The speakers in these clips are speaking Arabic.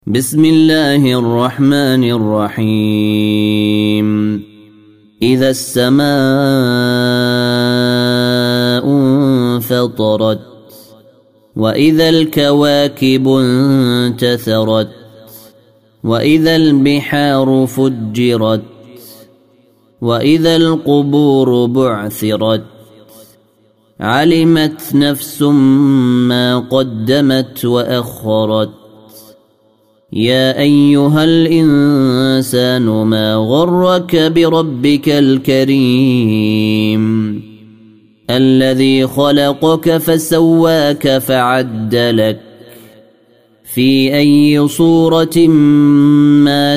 بسم الله الرحمن الرحيم. إذا السماء انفطرت وإذا الكواكب انتثرت وإذا البحار فجرت وإذا القبور بعثرت علمت نفس ما قدمت وأخرت. يا أيها الإنسان ما غرك بربك الكريم الذي خلقك فسواك فعدلك في أي صورة ما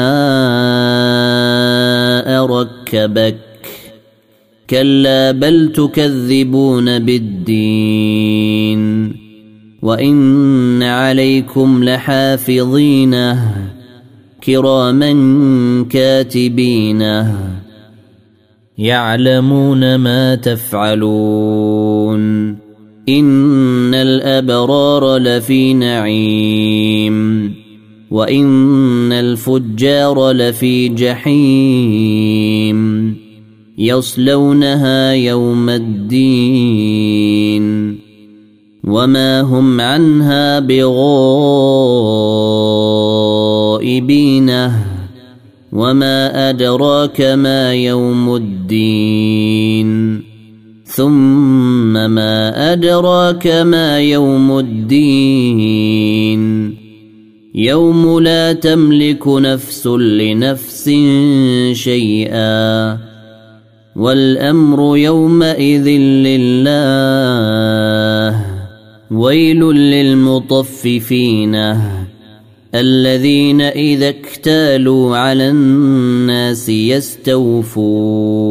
شاء ركبك. كلا بل تكذبون بالدين وإن عليكم لحافظين كراما كاتبين يعلمون ما تفعلون. إن الأبرار لفي نعيم وإن الفجار لفي جحيم يصلونها يوم الدين وما هم عنها بغائبين. وما أدراك ما يوم الدين ثم ما أدراك ما يوم الدين يوم لا تملك نفس لنفس شيئا والأمر يومئذ لله. ويل للمطففين الذين إذا اكتالوا على الناس يستوفون.